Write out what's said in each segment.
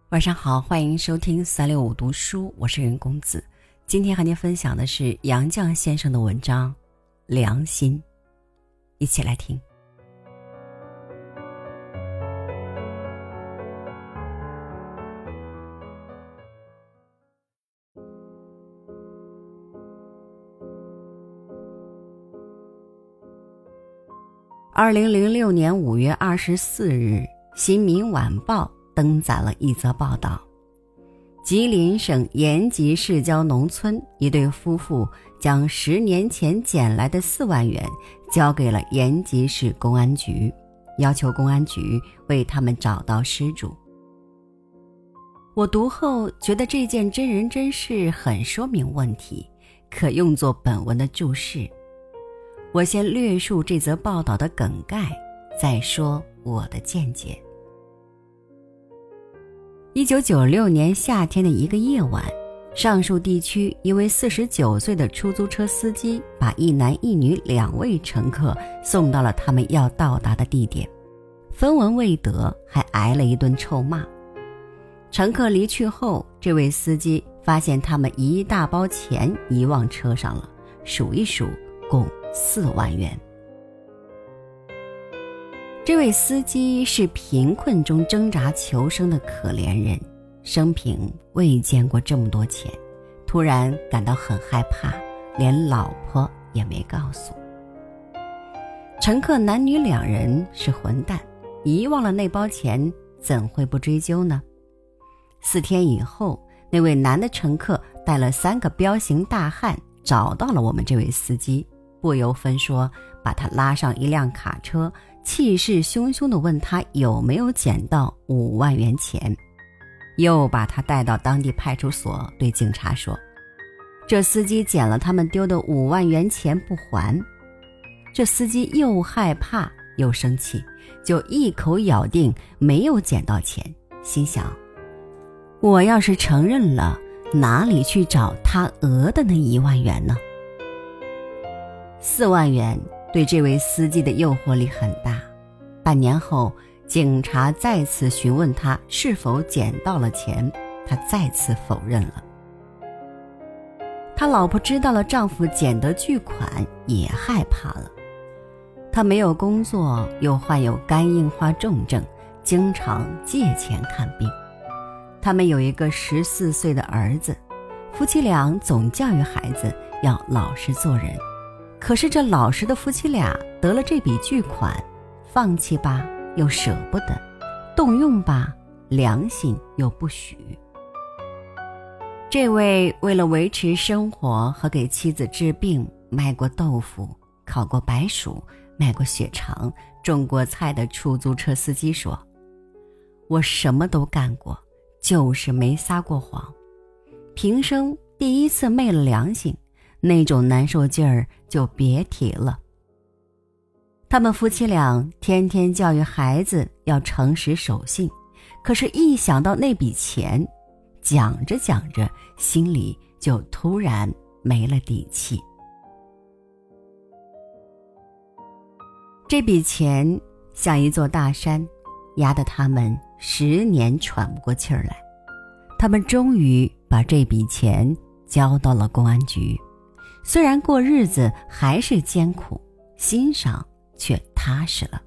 晚上好，欢迎收听365读书，我是任公子。今天和您分享的是杨绛先生的文章《良心》，一起来听。2006年5月24日，《新民晚报》登载了一则报道，吉林省延吉市郊农村一对夫妇将10年前捡来的4万元交给了延吉市公安局，要求公安局为他们找到失主。我读后觉得这件真人真事很说明问题，可用作本文的注释。我先略述这则报道的梗概，再说我的见解。1996年夏天的一个夜晚，上述地区一位49岁的出租车司机把一男一女2位乘客送到了他们要到达的地点，分文未得，还挨了一顿臭骂。乘客离去后，这位司机发现他们一大包钱遗忘车上了，数一数，共4万元。这位司机是贫困中挣扎求生的可怜人，生平未见过这么多钱，突然感到很害怕，连老婆也没告诉。乘客男女2人是混蛋，遗忘了那包钱，怎会不追究呢？4天以后，那位男的乘客带了3个彪形大汉找到了我们这位司机，不由分说把他拉上一辆卡车，气势汹汹地问他有没有捡到5万元钱，又把他带到当地派出所，对警察说这司机捡了他们丢的5万元钱不还。这司机又害怕又生气，就一口咬定没有捡到钱，心想我要是承认了，哪里去找他讹的那1万元呢？4万元对这位司机的诱惑力很大。半年后，警察再次询问他是否捡到了钱，他再次否认了。他老婆知道了丈夫捡得巨款，也害怕了。他没有工作，又患有肝硬化重症，经常借钱看病。他们有一个14岁的儿子，夫妻俩总教育孩子要老实做人。可是这老实的夫妻俩得了这笔巨款，放弃吧又舍不得，动用吧良心又不许。这位为了维持生活和给妻子治病，卖过豆腐，烤过白薯，卖过血肠，种过菜的出租车司机说，我什么都干过，就是没撒过谎，平生第一次昧了良心，那种难受劲儿就别提了。他们夫妻俩天天教育孩子要诚实守信，可是一想到那笔钱，讲着讲着心里就突然没了底气。这笔钱像一座大山，压得他们10年喘不过气儿来。他们终于把这笔钱交到了公安局，虽然过日子还是艰苦，心上却踏实了。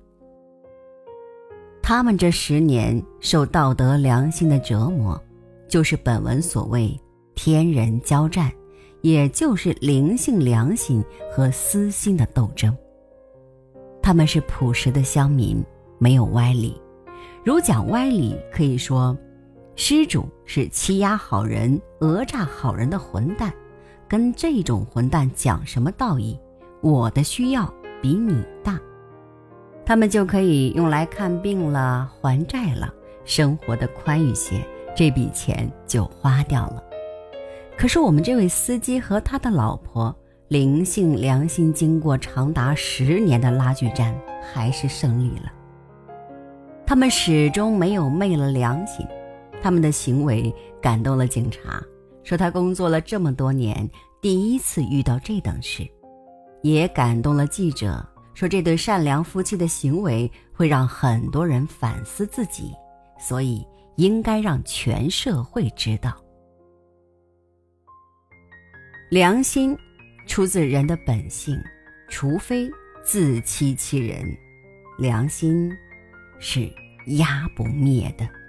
他们这10年受道德良心的折磨，就是本文所谓天人交战，也就是灵性良心和私心的斗争。他们是朴实的乡民，没有歪理。如讲歪理，可以说失主是欺压好人、讹诈好人的混蛋，跟这种混蛋讲什么道义？我的需要比你大，他们就可以用来看病了、还债了，生活的宽裕些，这笔钱就花掉了。可是我们这位司机和他的老婆，灵性良心经过长达10年的拉锯战，还是胜利了。他们始终没有昧了良心，他们的行为感动了警察，说他工作了这么多年，第一次遇到这等事，也感动了记者，说这对善良夫妻的行为会让很多人反思自己，所以应该让全社会知道。良心出自人的本性，除非自欺欺人，良心是压不灭的。